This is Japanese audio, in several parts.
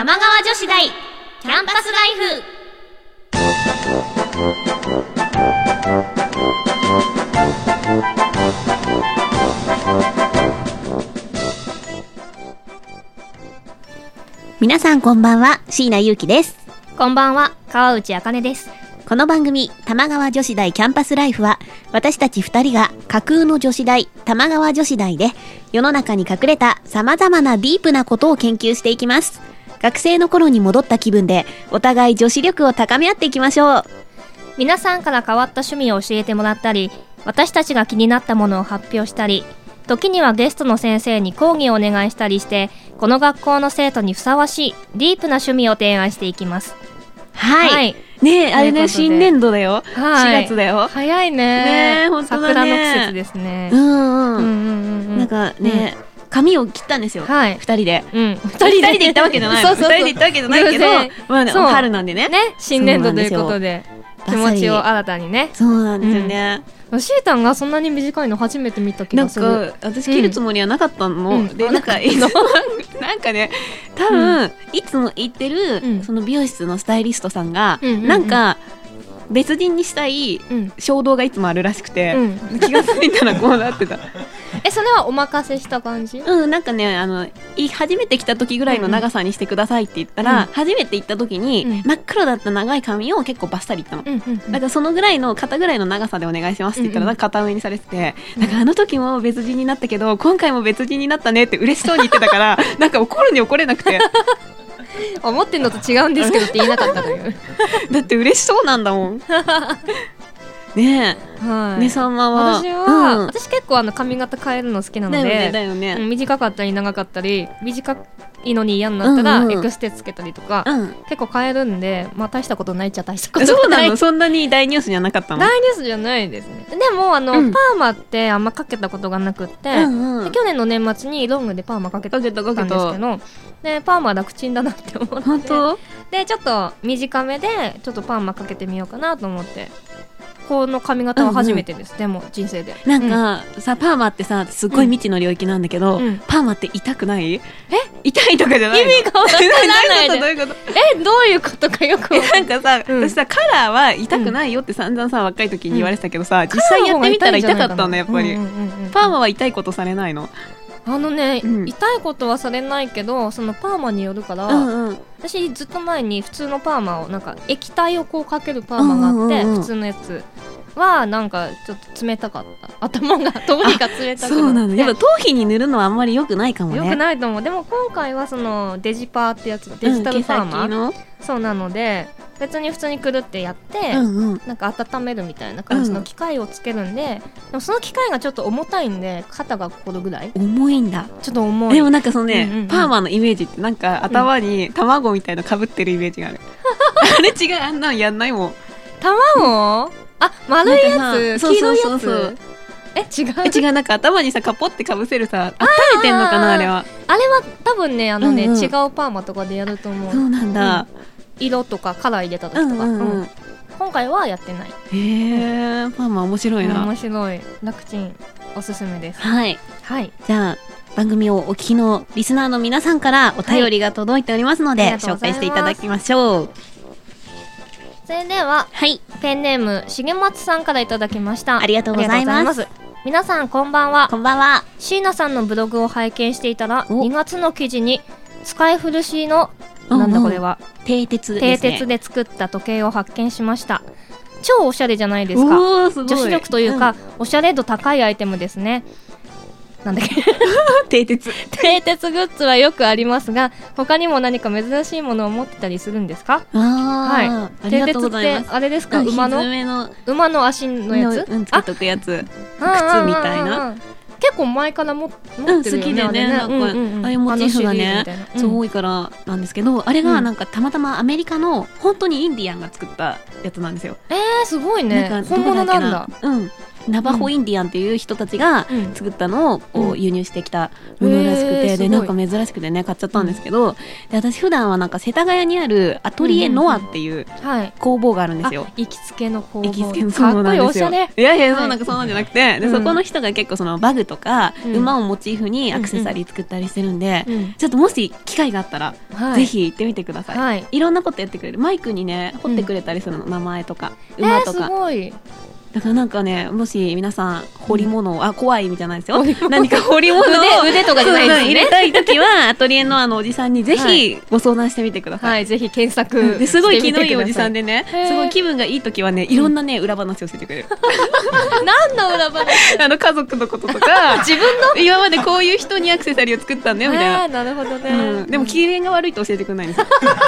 玉川女子大キャンパスライフ。 皆さんこんばんは、椎名優樹です。 こんばんは、川内あかねです。 この番組玉川女子大キャンパスライフは、私たち2人が架空の女子大玉川女子大で世の中に隠れた様々なディープなことを研究していきます。学生の頃に戻った気分でお互い女子力を高め合っていきましょう。 皆さんから変わった趣味を教えてもらったり、私たちが気になったものを発表したり、時にはゲストの先生に講義をお願いしたりして、この学校の生徒にふさわしいディープな趣味を提案していきます。 はい、ねえ、あれね、新年度だよ、 はい、 4月だよ。 早いね。 ねえ、本当だね。 桜の季節ですね。 なんかね、髪を切ったんですよ、2人で。 2人で行ったわけじゃないの。2人で行ったわけじゃないけど、まあね、春なんでね、 新年度ということで気持ちを新たにね。 そうなんですよね。 シータンがそんなに短いの初めて見た気がする。 なんか私切るつもりはなかったの、でなんかね、多分いつも行ってるその美容室のスタイリストさんがなんか別人にしたい衝動がいつもあるらしくて、気がついたらこうなってた。 それはお任せした感じ？ なんかね、初めて来た時ぐらいの長さにしてくださいって言ったら、初めて行った時に真っ黒だった長い髪を結構バッサリいったの。だからそのぐらいの肩ぐらいの長さでお願いしますって言ったら、なんか片上にされてて、だからあの時も別人になったけど今回も別人になったねって嬉しそうに言ってたからなんか怒るに怒れなくて思ってんのと違うんですけどって言えなかったのよだって嬉しそうなんだもんねえ、ねさまは。 私結構髪型変えるの好きなので、 だよね、 短かったり長かったり、短いのに嫌になったらエクステつけたりとか、結構変えるんで、まあ大したことないっちゃ大したことない。 そうなの？そんなに大ニュースじゃなかったの？ 大ニュースじゃないですね。でもパーマってあんまかけたことがなくって、で去年の年末にロングでパーマかけたんですけど、でパーマ楽ちんだなって思って、 本当？ でちょっと短めでちょっとパーマかけてみようかなと思って。この髪型は初めてです、でも人生で。なんかさ、パーマってさ、すっごい未知の領域なんだけど、パーマって痛くない？痛いとかじゃないの？ 意味がわからないで。 どういうこと？ どういうことかよくなんかさ、私さ、カラーは痛くないよって散々さ、若い時に言われてたけどさ、実際やってみたら痛かったんだ、やっぱり。パーマは痛いことされないの？ 痛いことはされないけど、そのパーマによるから、私ずっと前に普通のパーマをなんか液体をこうかけるパーマがあって、普通のやつはなんかちょっと冷たかった。頭が頭皮が冷たくなって。 そうなの。やっぱ頭皮に塗るのはあんまり良くないかもね。 良くないと思う。でも今回はそのデジパーってやつ、デジタルパーマ、そうなので別に普通にくるってやって、なんか温めるみたいな感じの機械をつけるんで、でもその機械がちょっと重たいんで肩がこるぐらい重いんだ。 ちょっと重い。 でもなんかそのね、パーマのイメージってなんか頭に卵みたいなのかぶってるイメージがあるあれ違う、あんなのやんないもん。 卵？丸いやつ、黄色いやつ。違う、なんか頭にさカポってかぶせるさ、温めてんのかな、あれは。 あれは多分ね、違うパーマとかでやると思う。 そうなんだ。 色とかカラー入れた時とか。今回はやってない。 へえ、パーマ面白いな。 面白い。楽ちんおすすめです。 はい。じゃあ番組をお聞きのリスナーの皆さんからお便りが届いておりますので、紹介していただきましょう。 それでは、ペンネームしげまつさんからいただきました。 ありがとうございます。 皆さんこんばんは。 こんばんは。 椎名さんのブログを拝見していたら、2月の記事に使い古しのなんだこれは、 蹄鉄ですね。 蹄鉄で作った時計を発見しました。超おしゃれじゃないですか。女子力というか、おしゃれ度高いアイテムですね。なんだっけ蹄鉄グッズはよくありますが、他にも何か珍しいものを持ってたりするんですか？ ありがとうございます。 蹄鉄ってあれですか？馬の足のやつ？ つけとくやつ、靴みたいな。 結構前から持ってるよね。 好きでね、なんかああいうモチーフがね、そう多いからなんですけど、あれがなんかたまたまアメリカの本当にインディアンが作ったやつなんですよ。 すごいね。本物なんだ。 ナバホインディアンっていう人たちが作ったのをこう輸入してきたものらしくて、でなんか珍しくてね買っちゃったんですけど、で私普段はなんか世田谷にあるアトリエノアっていう工房があるんですよ。 行きつけの工房。 行きつけのそうなんですよ。いやいやそうなんかそうなんじゃなくて、でそこの人が結構そのバグとか馬をモチーフにアクセサリー作ったりしてるんで、ちょっともし機会があったらぜひ行ってみてください。いろんなことやってくれる。マイクにね彫ってくれたりするの、名前とか馬とか。 すごい。 だからなんかね、もし皆さん彫り物を、怖い意味じゃないですよ、何か彫り物を腕とかじゃないですね、 入れたい時はアトリエのおじさんにぜひご相談してみてください。 はい、ぜひ検索ですごい気のいいおじさんでね、すごい気分がいい時はね、いろんなね裏話を教えてくれる。 何の裏話？ 家族のこととか自分の今までこういう人にアクセサリーを作ったんだよみたいな。 なるほどね。 でも機嫌が悪いと教えてくれないんですよ。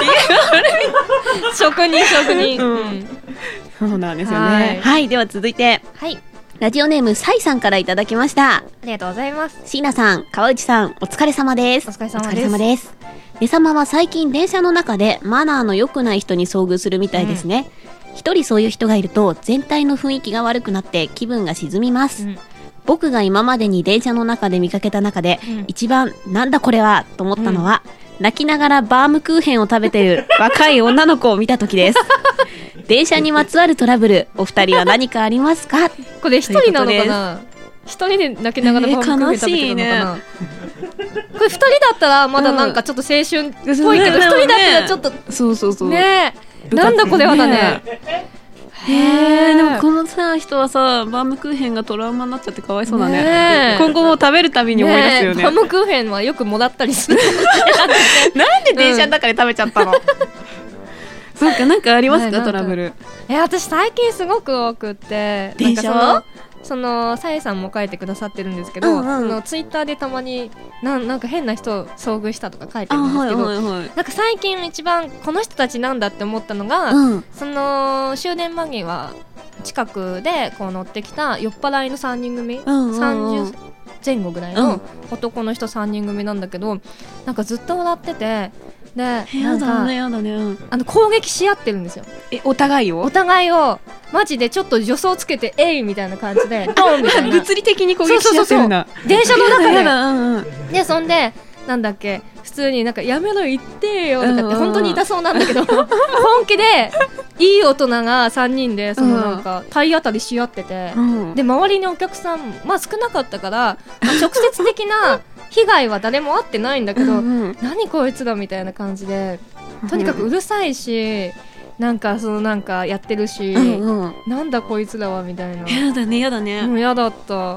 職人。 そうなんですよね。はい、では続いて、ラジオネームサイさんからいただきました。 ありがとうございます。 椎名さん、川内さん、お疲れ様です。 お疲れ様です。 ねさまは最近電車の中でマナーの良くない人に遭遇するみたいですね。一人そういう人がいると全体の雰囲気が悪くなって気分が沈みます。僕が今までに電車の中で見かけた中で、一番なんだこれはと思ったのは、泣きながらバームクーヘンを食べている若い女の子を見た時です。電車にまつわるトラブル、お二人は何かありますか？ これ一人なのかな？一人で泣きながらバームクーヘン食べてるのかな？これ二人だったらまだなんかちょっと青春っぽいけど、一人だったらちょっとそうねえ、なんだこれはだね。 でもこのさ人はさバームクーヘンがトラウマになっちゃってかわいそうだね。今後も食べるたびに思い出すよね。 バームクーヘンはよくもらったりする。 なんで電車の中で食べちゃったの？そうか、なんかありますかトラブル？ 私最近すごく多くって電車そのさえさんも書いてくださってるんですけど、そのツイッターでたまになんか変な人遭遇したとか書いてるんですけど、なんか最近一番この人たちなんだって思ったのが、その終電間際近くでこう乗ってきた酔っ払いの3人組、30前後ぐらいの男の人3人組なんだけど、なんかずっと笑ってて、でなんか攻撃し合ってるんですよ。 お互いをマジでちょっと助走つけてえいみたいな感じでドンみたいな物理的に攻撃し合ってるんだ。 電車の中でそんでなんだっけ、普通になんかやめろ言ってよとかって本当に痛そうなんだけど、本気でいい大人が3人でそのなんか体当たりし合ってて、で周りにお客さん少なかったから、直接的な被害は誰も遭ってないんだけど、何こいつらみたいな感じで、とにかくうるさいし、なんかそのなんかやってるし、なんだこいつらはみたいな。 やだね。 もうやだった。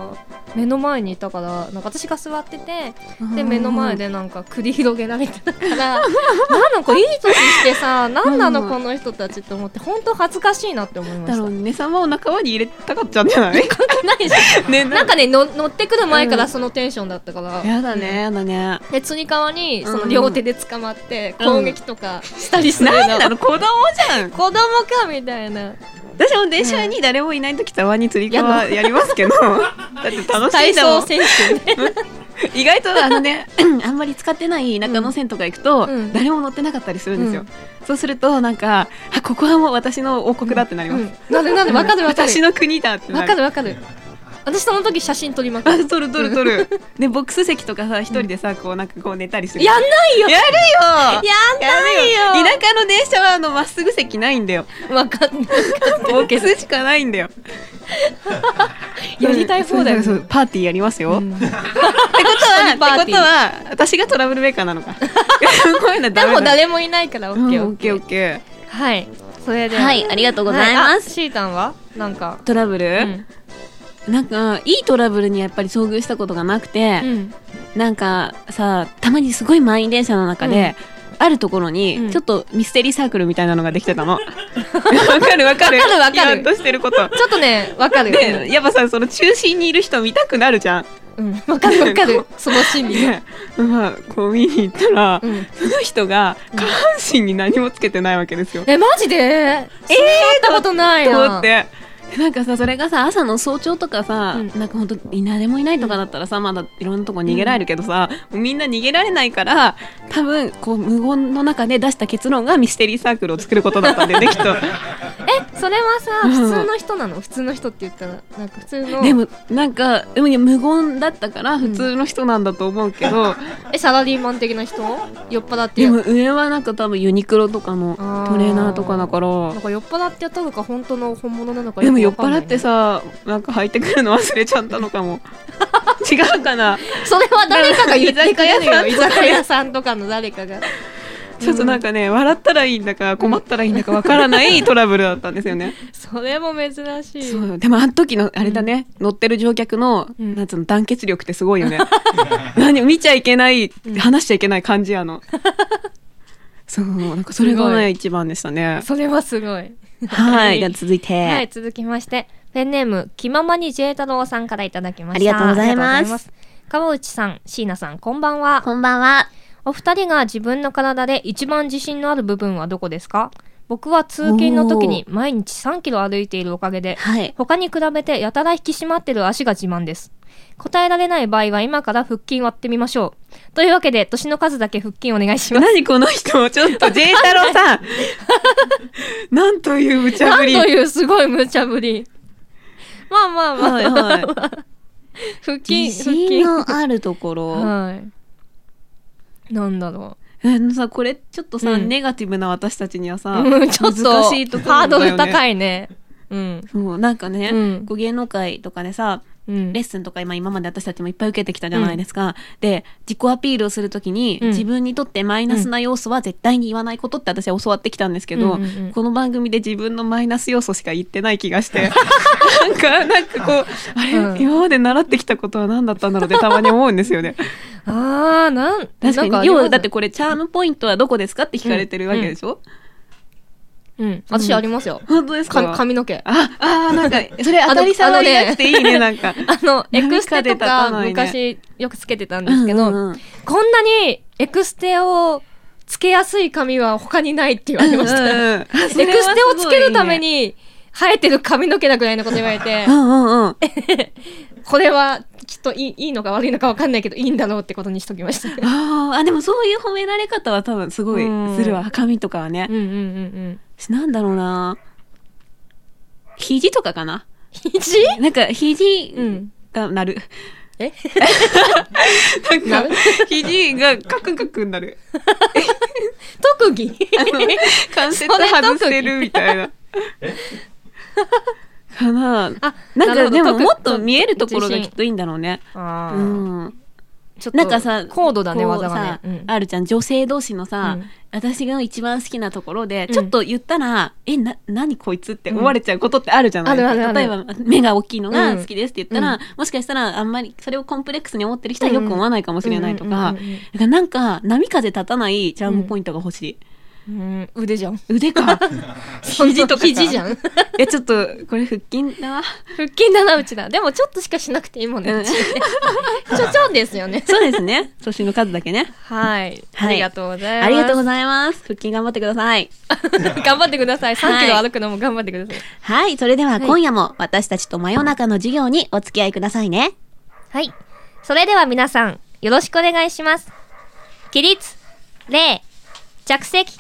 目の前にいたから、なんか私が座ってて、で目の前でなんか繰り広げられてたからなんかいい年してさ、なんなのこの人たちって思って、本当恥ずかしいなって思いました。 ねさまを仲間に入れたかったんじゃない？ 関係ないじゃん。なんかね、乗ってくる前からそのテンションだったから、 やだね。 でつり革にその両手で捕まって攻撃とかしたりするの。 なんだろ、子供じゃん。 子供かみたいな。 私も電車に誰もいない時たまにつり革やりますけど、だって楽しいんだもん。 体操選手意外とあんまり使ってない中野線とか行くと、誰も乗ってなかったりするんですよ。そうするとなんかここはもう私の王国だってなります。 なんでわかる私の国だってなる。 わかる。私その時写真撮りまくる。 撮るでボックス席とかさ、一人でさこうなんかこう寝たりする。 やんないよ。 やるよ。 田舎の電車はまっすぐ席ないんだよ。 分かってる。 ボックスしかないんだよ。 やりたい方だよ。 パーティーやりますよ。ってことは私がトラブルメーカーなのか。 でも誰もいないからオッケー。はい。それではい、ありがとうございます。 シータンはなんかトラブル？なんかいいトラブルにやっぱり遭遇したことがなくて、なんかさ、たまにすごい満員電車の中で、あるところにちょっとミステリーサークルみたいなのができてたの。わかる言わんとしてること。 ちょっとね、わかる。 でやっぱさ、その中心にいる人見たくなるじゃん。 わかる。その心理。 こう見に行ったら、その人が下半身に何もつけてないわけですよ。 マジで？やったことないな。 と思って。なんかさ、それがさ、朝の早朝とかさ、なんかほんと誰もいないとかだったらさ、まだいろんなとこ逃げられるけどさ、みんな逃げられないから多分こう無言の中で出した結論がミステリーサークルを作ることだったんだよねきっと。 それはさ、普通の人なの？普通の人って言ったらなんか普通の。 でもなんか無言だったから普通の人なんだと思うけど、 サラリーマン的な人？酔っ払ってでも上はなんか多分ユニクロとかのトレーナーとかだから、 なんか酔っ払ってやったのか本物なのかでも酔っ払ってさなんか入ってくるの忘れちゃったのかも。違うかな。 それは誰かが言ってくれるよ。居酒屋さんとかの誰かが。 ちょっとなんかね、笑ったらいいんだか困ったらいいんだかわからないトラブルだったんですよね。 それも珍しい。 そうでもあの時のあれだね、乗ってる乗客の、なんつうの団結力ってすごいよね。見ちゃいけない、話しちゃいけない感じやの。そうなんかそれがね一番でしたね。 それはすごい。 はい。じゃあ続いて、 はい、続きましてペンネーム気ままに J 太郎さんからいただきました。 ありがとうございます。 川内さん、椎名さん、こんばんは。 こんばんは。 お二人が自分の体で一番自信のある部分はどこですか？僕は通勤の時に毎日3キロ歩いているおかげで、他に比べてやたら引き締まってる足が自慢です。答えられない場合は今から腹筋割ってみましょう。というわけで年の数だけ腹筋お願いします。 何この人、ちょっと J 太郎さん。なんという無茶ぶり。 なんというすごい無茶ぶり。まあまあまあ、はいはい、腹筋自信のあるところ。 はい。なんだろう。さこれちょっとさ、ネガティブな私たちにはさ、 ちょっと難しいところハードル高いね。 そうなんかね、芸能界とかでさ、レッスンとか今まで私たちもいっぱい受けてきたじゃないですか。で自己アピールをするときに、自分にとってマイナスな要素は絶対に言わないことって私は教わってきたんですけど、この番組で自分のマイナス要素しか言ってない気がしてなんかこうあれ、今まで習ってきたことは何だったんだろうってたまに思うんですよね。確かに要はだってこれチャームポイントはどこですかって聞かれてるわけでしょ。 私ありますよ。 本当ですか？ 髪の毛。 なんかそれ当たり障りなくていいね。なんかエクステとか昔よくつけてたんですけど、こんなにエクステをつけやすい髪は他にないって言われました。エクステをつけるために生えてる髪の毛だぐらいのこと言われて、これはきっといいのか悪いのか分かんないけどいいんだろうってことにしときました。 でもそういう褒められ方は多分すごいするわ。髪とかはね。なんだろうな、肘とかかな。 肘？ なんか肘がなる。なんか肘がカクカクになる。 特技？ 関節外せるみたいな。かな。なんかでももっと見えるところがきっといいんだろうね。ちょっとなんかさ高度だね技がね。あるじゃん、女性同士のさ、私が一番好きなところでちょっと言ったら何こいつって思われちゃうことってあるじゃない。例えば目が大きいのが好きですって言ったら、もしかしたらあんまりそれをコンプレックスに思ってる人はよく思わないかもしれないとか、なんか波風立たないチャームポイントが欲しい。 腕じゃん。 腕か。 肘とか肘じゃん。 ちょっとこれ腹筋だ。 腹筋だなうちだ。でもちょっとしかしなくていいもんね。ちょですよね。 そうですね。年の数だけね。 はい。ありがとうございます。 ありがとうございます。腹筋頑張ってください。 頑張ってください。3キロ歩くのも頑張ってください。 はい。それでは今夜も私たちと真夜中の授業にお付き合いくださいね。 はい。それでは皆さんよろしくお願いします。起立、礼、着席。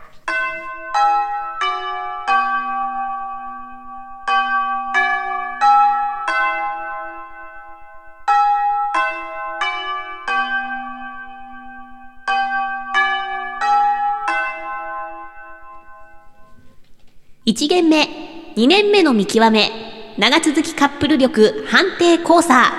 1限目、2年目の見極め、長続きカップル力判定交差。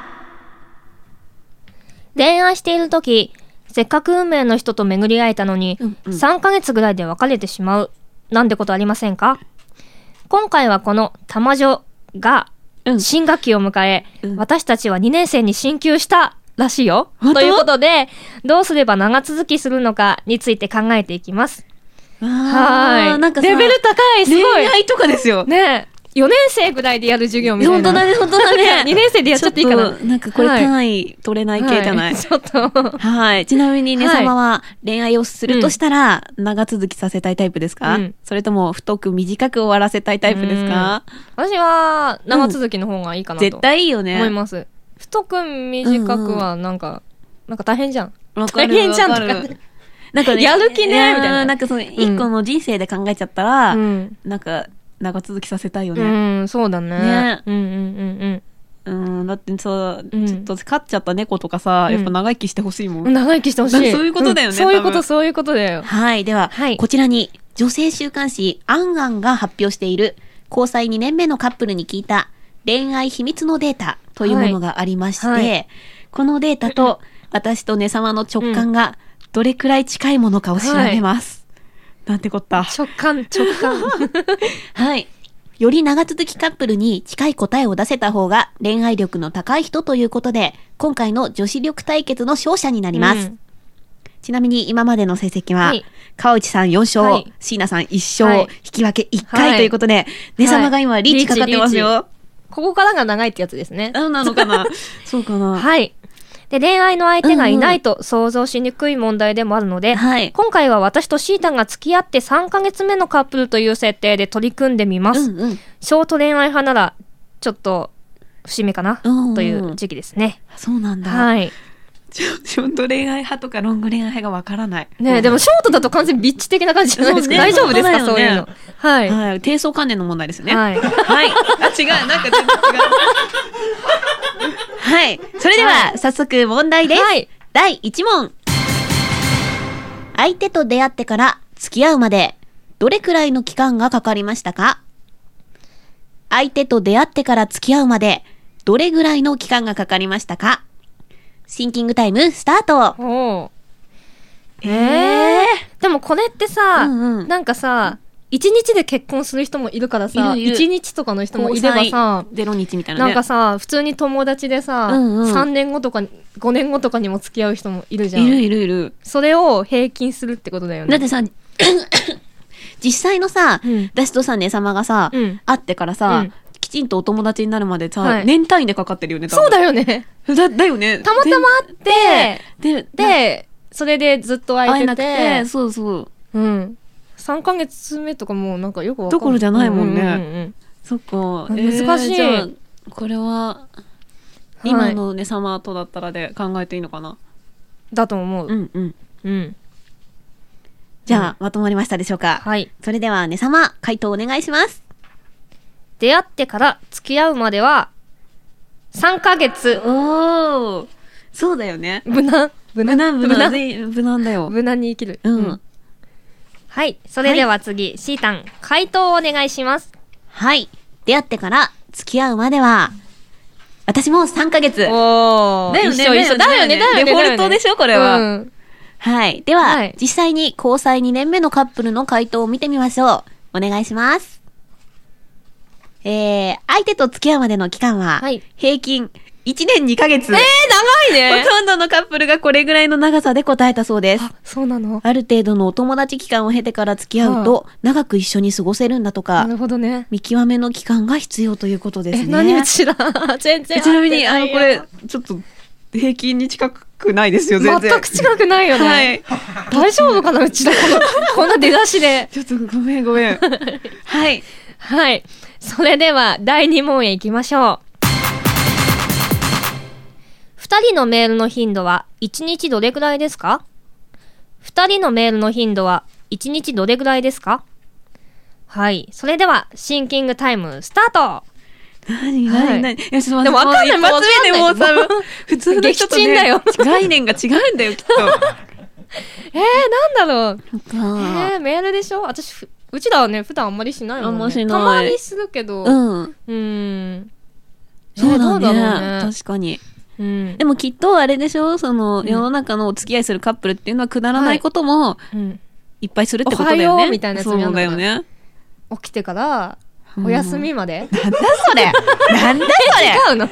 恋愛しているとき、せっかく運命の人と巡り会えたのに、3ヶ月ぐらいで別れてしまう、なんてことありませんか？今回はこの玉女が新学期を迎え、私たちは2年生に進級したらしいよ。ということで、どうすれば長続きするのかについて考えていきます。はい。なんかレベル高い、すごい。 恋愛とかですよ。 ねえ。4年生ぐらいでやる授業みたいな。 本当だね、本当だね。 2年生でやっちゃっていいかな。 なんかこれ単位取れない系じゃない。 ちょっと。 はい。ちなみにね様は恋愛をするとしたら、長続きさせたいタイプですか？それとも太く短く終わらせたいタイプですか？ 私は長続きの方がいいかなと。 絶対いいよね。 思います。太く短くはなんか大変じゃん。 大変じゃんとか。 なんかね、 やる気ねみたいな。 なんかその一個の人生で考えちゃったら、なんか長続きさせたいよね。 うん、そうだね。 だってさ、ちょっと飼っちゃった猫とかさ、やっぱ長生きしてほしいもん。 長生きしてほしい。 そういうことだよね。 そういうことだよ。 はい。では、こちらに女性週刊誌アンアンが発表している交際2年目のカップルに聞いた恋愛秘密のデータというものがありまして、このデータと私とね様の直感がどれくらい近いものかを調べます。なんてこった。 直感。 はい。より長続きカップルに近い答えを出せた方が恋愛力の高い人ということで、今回の女子力対決の勝者になります。ちなみに今までの成績は、川内さん4勝、椎名さん1勝、引き分け1回ということで、ね様が今リーチかかってますよ。 ここからが長いってやつですね。 なのかなそうかな。 はい。で、恋愛の相手がいないと想像しにくい問題でもあるので、今回は私とシータが付き合って3ヶ月目のカップルという設定で取り組んでみます。ショート恋愛派なら、ちょっと、節目かなという時期ですね。 そうなんだ。 はい。 ショート恋愛派とかロング恋愛派がわからない。 ねでもショートだと完全にビッチ的な感じじゃないですか。大丈夫ですかそういうの。はい。 低層関連の問題ですね。はい。はい。あ、違う。なんか全然違う。はい。それでは、早速問題です。第1問。相手と出会ってから付き合うまで、どれくらいの期間がかかりましたか？相手と出会ってから付き合うまで、どれぐらいの期間がかかりましたか？シンキングタイムスタート。 でもこれってさ、なんかさ、1日で結婚する人もいるからさ、1日とかの人もいればさ、 0日みたいなね。 なんかさ、普通に友達でさ、3年後とか5年後とかにも付き合う人もいるじゃん。 いる。 それを平均するってことだよね。 だってさ、実際のさ、私とさ、ね様がさ、会ってからさ、きちんとお友達になるまでさ、年単位でかかってるよね。 そうだよね。 だよね。 たまたま会って、で、それでずっと会えてて、 そうそう。 3ヶ月目とかもうなんかよくわかんない。 どころじゃないもんね。そっか。 難しい。 じゃあこれは、今のね様とだったらで考えていいのかな？ だと思う。 じゃあ、まとまりましたでしょうか？ はい。 それではね様、回答お願いします。 出会ってから付き合うまでは、3ヶ月。 おー。そうだよね。 無難だよ。 無難に生きる。はい。それでは次、シータン、回答をお願いします。 はい。出会ってから付き合うまでは、私も3ヶ月。 おー。だよね。 一緒。だよね。デフォルトでしょこれは。はい。では、実際に交際2年目のカップルの回答を見てみましょう。お願いします。相手と付き合うまでの期間は、平均1年2ヶ月。 長いね。 ほとんどのカップルがこれぐらいの長さで答えたそうです。 そうなの？ ある程度のお友達期間を経てから付き合うと、長く一緒に過ごせるんだとか。 なるほどね。 見極めの期間が必要ということですね。 何うちら全然。 ちなみに、これ、ちょっと、平均に近くないですよ、全然。 全く近くないよね。大丈夫かなうちら、こんな出だしで。 ちょっとごめん。はい。 はい。それでは、第2問へ行きましょう。2人のメールの頻度は1日どれくらいですか？ 2 人のメールの頻度は1日どれくらいですか？はい。それでは、シンキングタイムスタート。 何いや、ちょっと待って。 でも分かんない。 一発目でもうさ、普通の人とね、概念が違うんだよ、きっと。 なんだろう。メールでしょ？私、うちらはね、普段あんまりしないもんね。 あんましない。 たまにするけど。 そうだね。確かに。でもきっとあれでしょ、その世の中のお付き合いするカップルっていうのはくだらないこともいっぱいするってことだよね。 おはようみたいなやつそうだよね。 起きてからお休みまで。 なんだそれ。 違うの？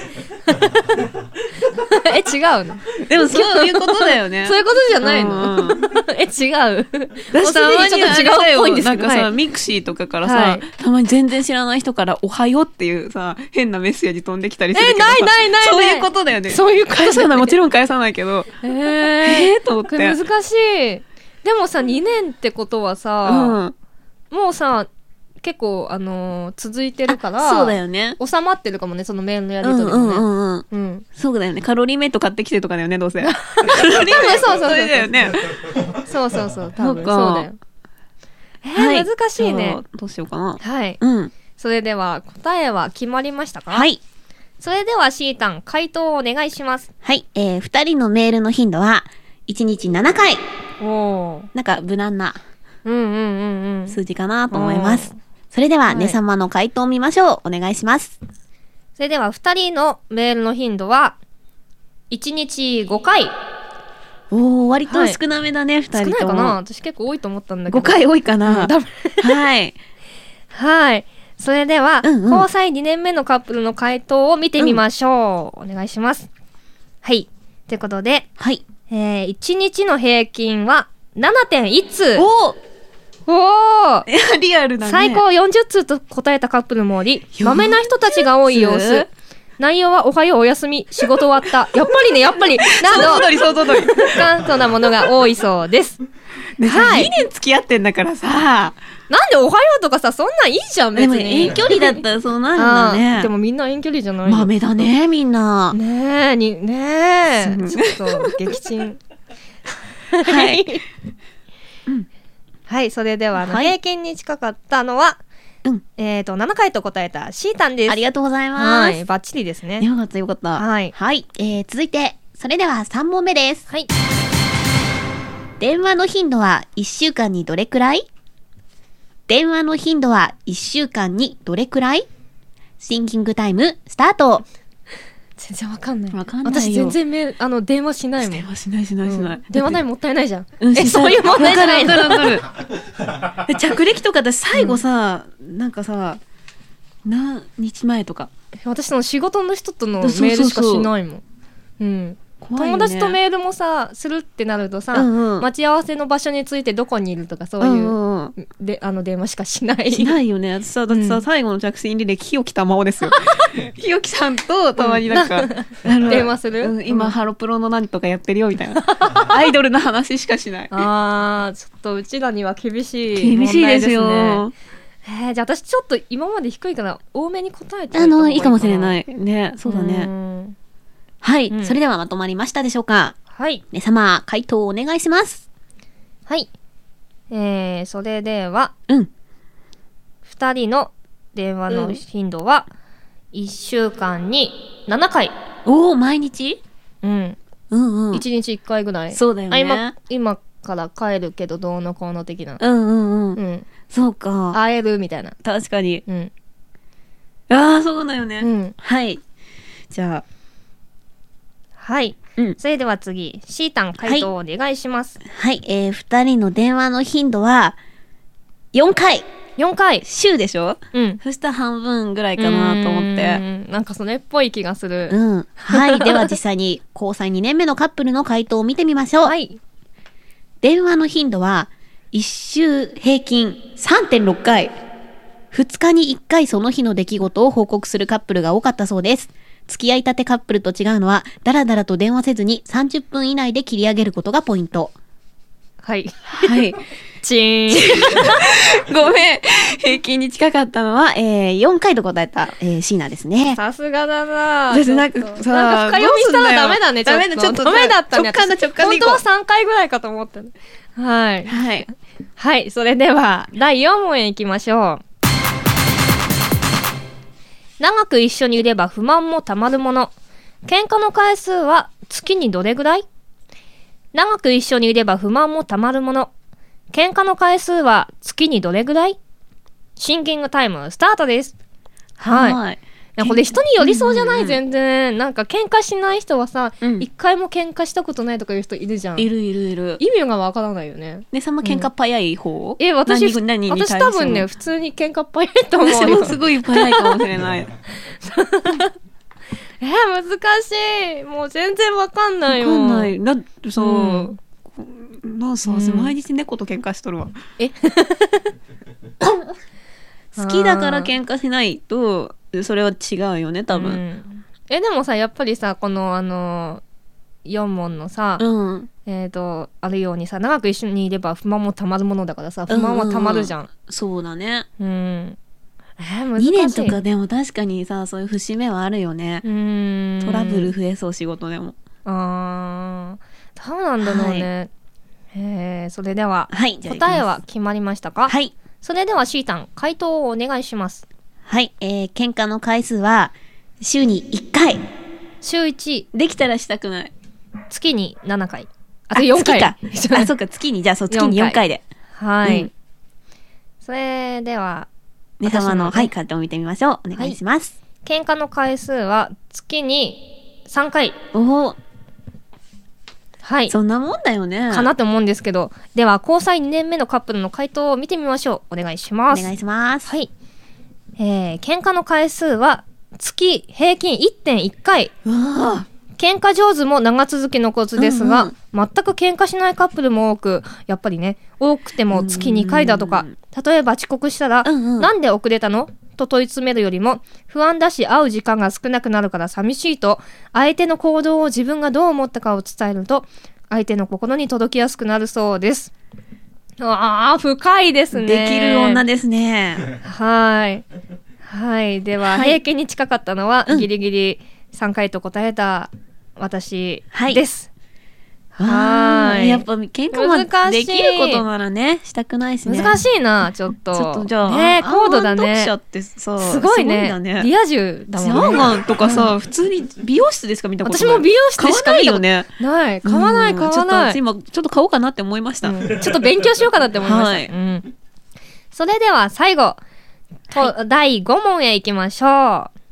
違うの？ でもそういうことだよね。 そういうことじゃないの？違う。 私たまに違うっぽいんですけど、なんかさ、ミクシーとかからさ、たまに全然知らない人からおはようっていうさ、変なメッセージ飛んできたりするけどさ、 ないそういうことだよね。 そういうこと返さない、もちろん返さないけど。と思って。 難しい。でもさ、2年ってことはさ、もうさ、 結構続いてるからそうだよね、 収まってるかもね、そのメールのやり取りもね。 そうだよね、カロリーメイト買ってきてとかだよね、どうせカロリーメイト、 そうそれだよね。 そう多分そうだよ。難しいね。 どうしようかな。 はい。それでは答えは決まりましたか？ はい。 それではシータン、回答をお願いします。 はい。2人のメールの頻度は1日7回。なんか無難な数字かなと思います。それでは、ね様の回答を見ましょう。お願いします。 それでは2人のメールの頻度は1日5回。 割と少なめだね、2人とも。少ないかな？私結構多いと思ったんだけど。 5回多いかな。はい。 はい。それでは、交際2年目のカップルの回答を見てみましょう。お願いします。はい。ということで、1日の平均は 7.1 通。 リアルだね。 最高40通と答えたカップルもおり、まめな人たちが多い様子。内容はおはようおやすみ、仕事終わった。やっぱりなど、簡素なものが多いそうです。 はい。2年付き合ってんだからさ。 なんでおはようとかさ、そんなんいいじゃん、別に。 でも遠距離だったらそうなるんだね。 でもみんな遠距離じゃないよ。豆だね、みんな。 ねえ。ちょっと、撃沈。はい。はい、それでは、平均に近かったのは、7回と答えたシータンです。 ありがとうございます。 バッチリですね。 よかったよかった。はい。続いて、それでは3問目です。はい。電話の頻度は1週間にどれくらい？電話の頻度は1週間にどれくらい？シンキングタイムスタート。 全然わかんない。私全然電話しないもん。 電話しない。 電話代もったいないじゃん。そういう問題じゃないの。 着歴とか私最後さ、なんかさ、何日前とか。 私その仕事の人とのメールしかしないもん。友達とメールもさするってなるとさ、待ち合わせの場所についてどこにいるとかそういうで電話しかしないよね。私さだってさ、最後の着信履歴日置玉緒ですよ。日置さんとたまになんか、 電話する、 今ハロプロの何とかやってるよみたいなアイドルの話しかしない。 ちょっとうちらには厳しい問題ですね。よ。じゃあ私ちょっと今まで低いから多めに答えていいかもしれないね。そうだね。はい、それではまとまりましたでしょうか。はい。ね様、回答をお願いします。 はい。それでは、2人の電話の頻度は、1週間に7回。 毎日 1日1回ぐらい。 そうだよね。 今から帰るけどどうのこうの的な。 そうか。 会えるみたいな。 確かに。そうだよね。はい。じゃあ。 はい。それでは次、シータン回答をお願いします。 はい。2人の電話の頻度は、4回。 4回。 週でしょ？そしたら半分ぐらいかなと思って。 なんかそれっぽい気がする。 はい。では実際に、交際2年目のカップルの回答を見てみましょう。はい。電話の頻度は、1週平均 3.6 回。2日に1回その日の出来事を報告するカップルが多かったそうです。付き合いたてカップルと違うのは、だらだらと電話せずに30分以内で切り上げることがポイント。 はい。 はい。 チーン。 ごめん。平均に近かったのは、4回と答えた、シーナですね。 さすがだなぁ。なんか深読みしたらダメだね。 ダメだ、ちょっとダメだったね。直感本当は3回ぐらいかと思ったね。はい。はい。はい。それでは、第4問へ行きましょう。長く一緒にいれば不満もたまるもの。喧嘩の回数は月にどれぐらい？長く一緒にいれば不満もたまるもの。喧嘩の回数は月にどれぐらい？シンキングタイムスタートです。はい。これ人によりそうじゃない？全然。なんか喧嘩しない人はさ、一回も喧嘩したことないとかいう人いるじゃん。 いる。 意味がわからないよね。 ね、さんま喧嘩っ早い方？ 私多分ね、普通に喧嘩っ早いと思うよ。 私もすごい早いかもしれない。 難しい。もう全然わかんないよ。 わかんない。だってさ、毎日猫と喧嘩しとるわ。好きだから喧嘩しないと、それは違うよね、多分。 でもさ、やっぱりさ、この 4問のさ、あるようにさ、長く一緒にいれば不満もたまるものだからさ、不満はたまるじゃん。 そうだね。 難しい。2年とかでも確かにさ、そういう節目はあるよね。トラブル増えそう、仕事でも。 どうなんだろうね。それでは、答えは決まりましたか？ はい。 それではシータン、回答をお願いします。 はい。喧嘩の回数は、週に1回。 週1。 できたらしたくない。 月に7回。あと4回。 月か。そうか、月に、じゃあ月に4回で。 はい。それでは、 ね様の、回答を見てみましょう。お願いします。 喧嘩の回数は、月に3回。はい。 そんなもんだよね。 かなと思うんですけど。では、交際2年目のカップルの回答を見てみましょう。お願いします。 お願いします。 はい。喧嘩の回数は、月平均 1.1 回。喧嘩上手も長続きのコツですが、全く喧嘩しないカップルも多く、やっぱりね、多くても月2回だとか、例えば遅刻したら、なんで遅れたのと問い詰めるよりも、不安だし会う時間が少なくなるから寂しいと、相手の行動を自分がどう思ったかを伝えると、相手の心に届きやすくなるそうです。深いですね。 できる女ですね。 はい。はい。では、平均に近かったのは、ギリギリ3回と答えた私です。 はい。やっぱ喧嘩もできることならね、したくないしね。 難しいな、ちょっと。 ちょっとじゃあ、 高度だね。 読者ってさ、 すごいね。リア充だもんね。 ジャーガンとかさ、普通に美容室でしか見たことない。 私も美容室でしか見たことないよね。 ない。買わない。 ちょっと私今、ちょっと買おうかなって思いました。 ちょっと勉強しようかなって思いました。それでは最後、第5問へ行きましょう。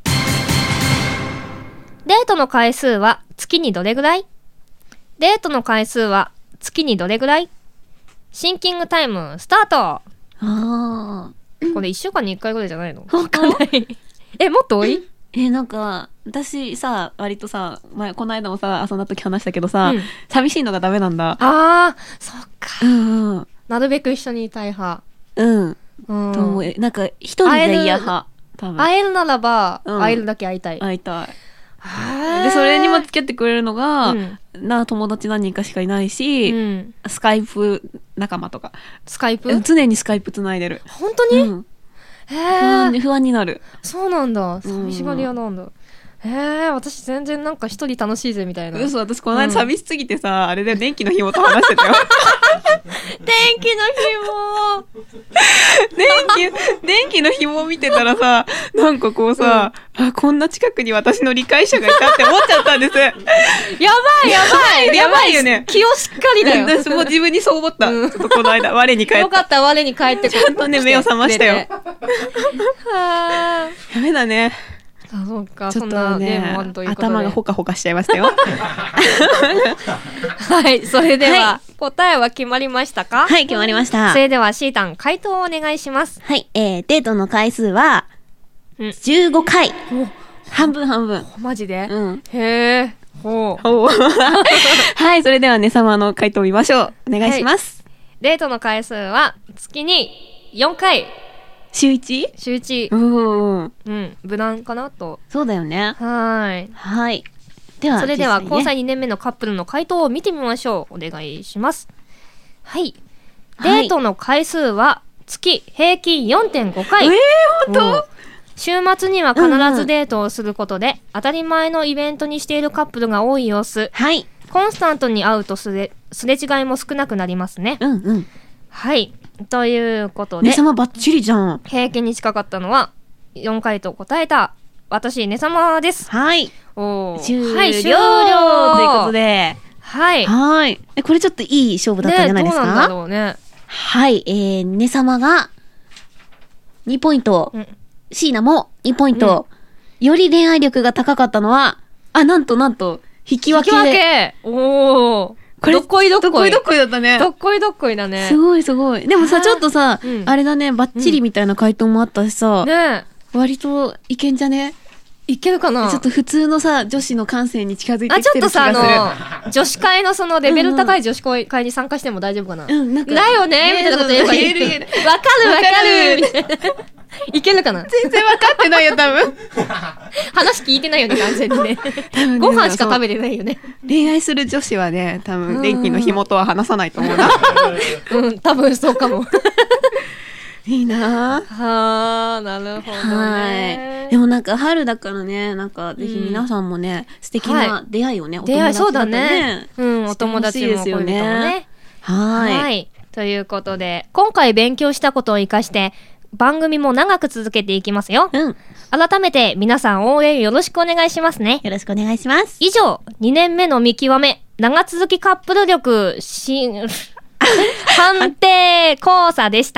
デートの回数は月にどれぐらい？デートの回数は月にどれぐらい？シンキングタイムスタート。これ1週間に1回ぐらいじゃないの？わかんない。もっと多い？ なんか私さ、割とさ、この間もさ遊んだ時話したけどさ、寂しいのがダメなんだ。 そっか。なるべく一緒にいたい派。なんか一人で嫌派。会えるならば、会えるだけ会いたい。 会いたい。でそれにも付き合ってくれるのが、友達何人かしかいないし、スカイプ仲間とか。 スカイプ？ 常にスカイプつないでる。 本当に？ 不安になる。 そうなんだ。寂しがり屋なんだ。私全然なんか一人楽しいぜみたいな。 嘘、私この間寂しすぎてさ、あれで電気の紐と話してたよ。 電気の紐電気の紐を見てたらさ、なんかこうさ、こんな近くに私の理解者がいたって思っちゃったんです。やばいよね。 気をしっかりだよ。 私も自分にそう思った。ちょっとこの間、我に帰って。 よかった、我に帰って。 ちゃんとね、目を覚ましたよ。ダメだね。 そうか、 ちょっとね、頭がほかほかしちゃいましたよ。 はい、それでは、答えは決まりましたか？ はい、決まりました。 それではシータン、回答をお願いします。 はい、デートの回数は、15回。半分。 マジで？ へー。はい、それではね様の回答を見ましょう。お願いします。 デートの回数は、月に4回。 週 1？ 週1。無難かなと。 そうだよね。 はい。 では、 それでは交際2年目のカップルの回答を見てみましょう。お願いします。はい。デートの回数は月平均 4.5 回。 本当？ 週末には必ずデートをすることで、当たり前のイベントにしているカップルが多い様子。 はい。 コンスタントに会うとすれ違いも少なくなりますね。はい。ということで、 ね様バッチリじゃん。 平均に近かったのは4回と答えた私ね様です。 はい。 終了ということで、 はい。 これちょっといい勝負だったんじゃないですか？ どうなんだろうね。 はい。ね様が2ポイント、椎名も2ポイント、より恋愛力が高かったのは、なんと引き分け。これどっこいだったね。 どっこいだね。 すごい。でもさ、ちょっとさ、あれだね、バッチリみたいな回答もあったしさ、割といけんじゃね？ いけるかな？ ちょっと普通のさ、女子の感性に近づいてきてる気がする。 ちょっとさ、女子会のそのレベル高い女子会に参加しても大丈夫かな？だよねみたいなこと言えばいい。わかるみたいな。 いけるかな。 全然分かってないよ多分。 話聞いてないよね完全にね。ご飯しか食べてないよね。 恋愛する女子はね多分電気の紐とは話さないと思うな。 うん多分そうかも。 いいなはあ、なるほどね。 でもなんか春だからね、なんかぜひ皆さんもね、素敵な出会いをね、お友達だとね、 お友達も恋人もね。 はい。 ということで、今回勉強したことを生かして、番組も長く続けていきますよ。改めて皆さん応援よろしくお願いしますね。 よろしくお願いします。 以上、2年目の見極め、長続きカップル力、判定講座でした。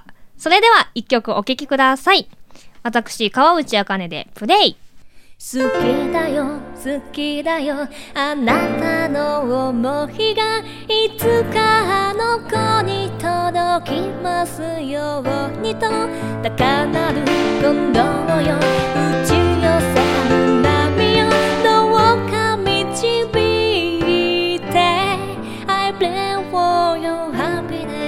それでは一曲お聴きください。私、川内茜でプレイ。好きだよ、好きだよ、あなたの想いがいつかあの子に届きますようにと高鳴る鼓動よ、打ち寄せる波よ、どうか導いて I pray for your happiness。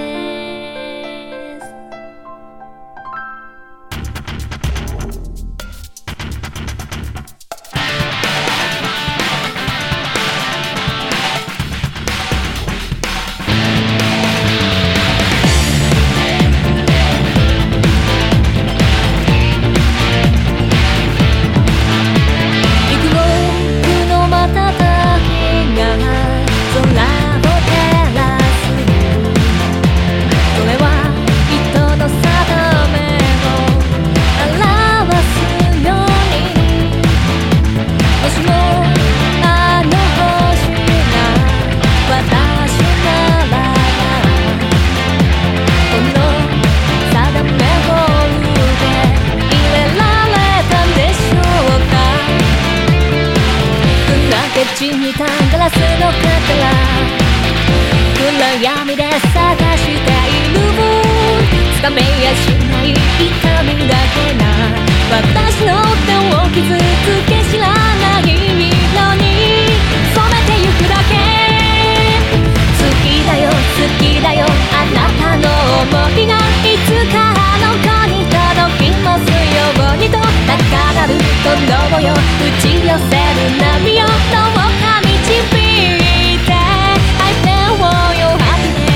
街にいたガラスのかけら暗闇で探しているつかめやしない痛みだけが私の手を傷つけ知らない色に染めてゆくだけ好きだよ好きだよあなたの想いがいつかあの子に届きますようにと高鳴る鼓動よ打ち寄せる波よどうか導いて I feel for your happiness。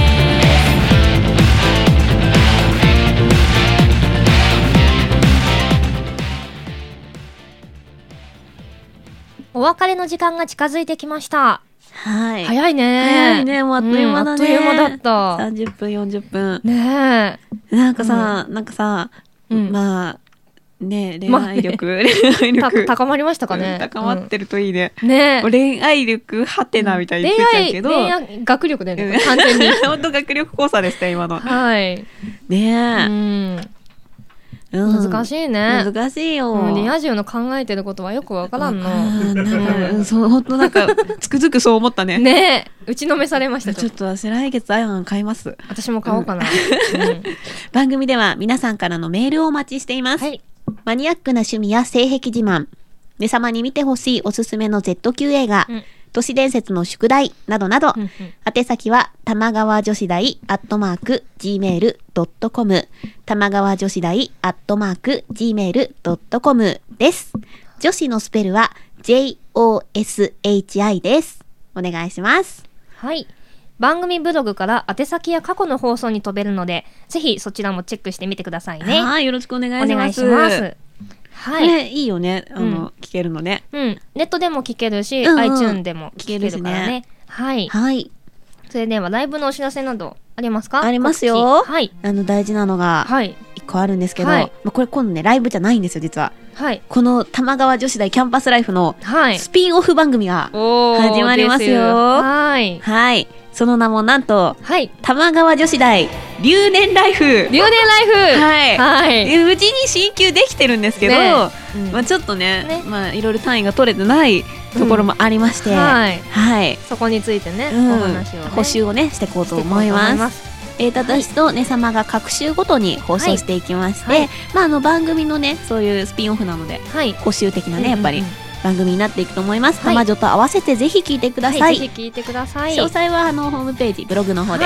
お別れの時間が近づいてきました。 はい。 早いね。 早いね。もうあっという間だね。 あっという間だった。 30分、40分。 ねえ。なんかさ、まあ、ね恋愛力、恋愛力。 高まりましたかね。 高まってるといいね。 ね恋愛力、はてなみたいに言ってたけど。 恋愛、学力だよね。完全に。 本当学力講座でした、今の。 はい。 ね難しいね。 難しいよ。 リア充の考えてることはよくわからんの。 なんか、そう、本当なんか、つくづくそう思ったね。 ね打ちのめされました。 ちょっと私来月アイアン買います。 私も買おうかな。 番組では皆さんからのメールをお待ちしています。マニアックな趣味や性癖自慢、皆様に見てほしいおすすめの Z 級映画、都市伝説の宿題などなど、宛先は玉川女子大@gmail.com 玉川女子大@gmail.com です。女子のスペルは JOSHI です。お願いします。 はい。番組ブログから宛先や過去の放送に飛べるので、ぜひそちらもチェックしてみてくださいね。 はい、よろしくお願いします。 お願いします。はい。 これいいよね。聞けるのね。 ネットでも聞けるし、iTunes でも聞けるからね。はい。 はい。 それではライブのお知らせなどありますか？ ありますよ。 はい。 大事なのが一個あるんですけど、これ今度ねライブじゃないんですよ実は。はい。この玉川女子大キャンパスライフのスピンオフ番組が始まりますよ。 はい。 はい。その名もなんと、玉川女子大留年ライフ。 留年ライフ。はい。無事に進級できてるんですけど、まあちょっとね、まあいろいろ単位が取れてないところもありまして、はい。 そこについてね、お話を補習をねしていこうと思います。私とね様が各週ごとに放送していきまして、まあ番組のねそういうスピンオフなので、補習的なねやっぱり。番組になっていくと思います。玉女と合わせてぜひ聞いてください。 ぜひ聞いてください。 詳細はホームページブログの方で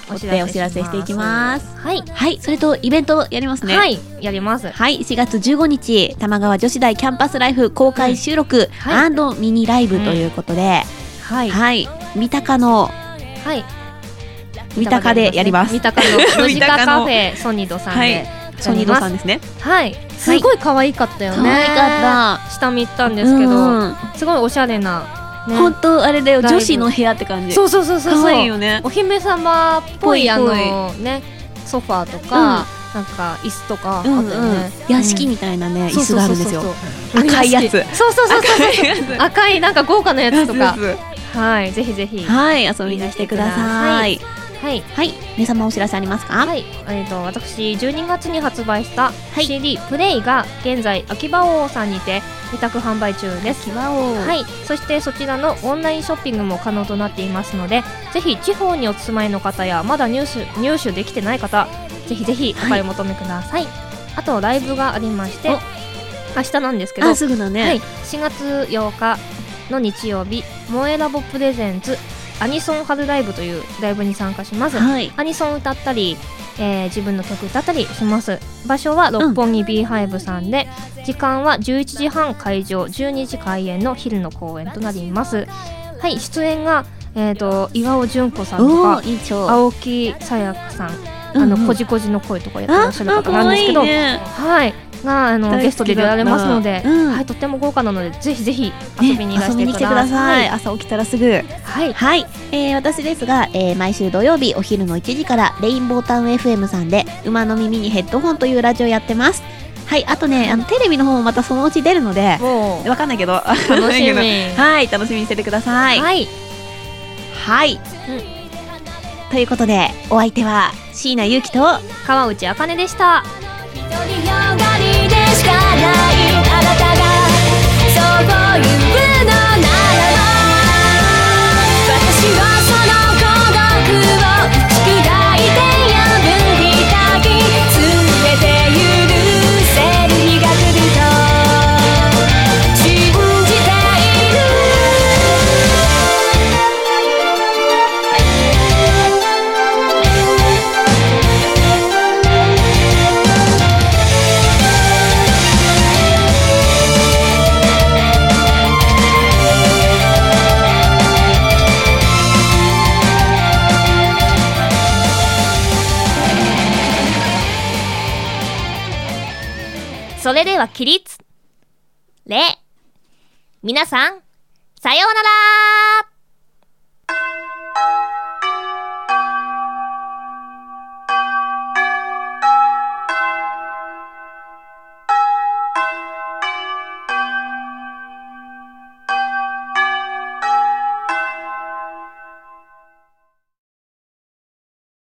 追ってお知らせしていきます。 はい、 はい、それとイベントやりますね。 はい、やります。 はい、4月15日玉川女子大キャンパスライフ公開収録&ミニライブということで、はい、はい、三鷹の、はい、三鷹でやります。 三鷹のロジカカフェソニドさんで、はい、 ソニドさんですね。 はい、すごい可愛かったよね。 可愛かった。 下見行ったんですけど、すごいおしゃれな。 本当あれだよ、女子の部屋って感じ。 そうそうそうそう。 可愛いよね。 お姫様っぽいねソファーとかなんか椅子とかあったよね。 屋敷みたいなね椅子があるんですよ。赤いやつ。 そうそうそうそう。赤いなんか豪華なやつとか。はい、ぜひぜひ。 はい、遊びに来てください。はいはい、皆様お知らせありますか？ はい、私12月に発売した CD プレイが現在秋葉王さんにて委託販売中です。 秋葉王、 はい、そしてそちらのオンラインショッピングも可能となっていますので、ぜひ地方にお住まいの方やまだ入手できてない方、ぜひぜひお買い求めください。あとライブがありまして、明日なんですけど、 すぐだね。 はい、4月8日の日曜日、萌えラボプレゼンツアニソン春ライブというライブに参加します。はい、アニソン歌ったり、自分の曲歌ったりします。場所は六本木 B5 さんで、時間は11時半会場12時開演の昼の公演となります。はい、出演が、岩尾純子さんとか青木さやかさん、こじこじの声とかやってらっしゃる方なんですけど、はい、がゲストで出られますので、はい、とっても豪華なのでぜひぜひ遊びにいらしてください。 朝起きたらすぐ。はい、はい、私ですが、毎週土曜日お昼の1時からレインボータウン FM さんで馬の耳にヘッドホンというラジオやってます。はい、あとね、テレビの方もまたそのうち出るので、わかんないけど楽しみはい、楽しみにしててください。はい、はい、ということでお相手は椎名ゆうきと川内あかねでした。 独りよがりでしかないあなたがそういうのならば、私はその孤独を宿題で破りたい、全て許せる日が来ると信じている。 それでは起立礼。皆さんさようなら。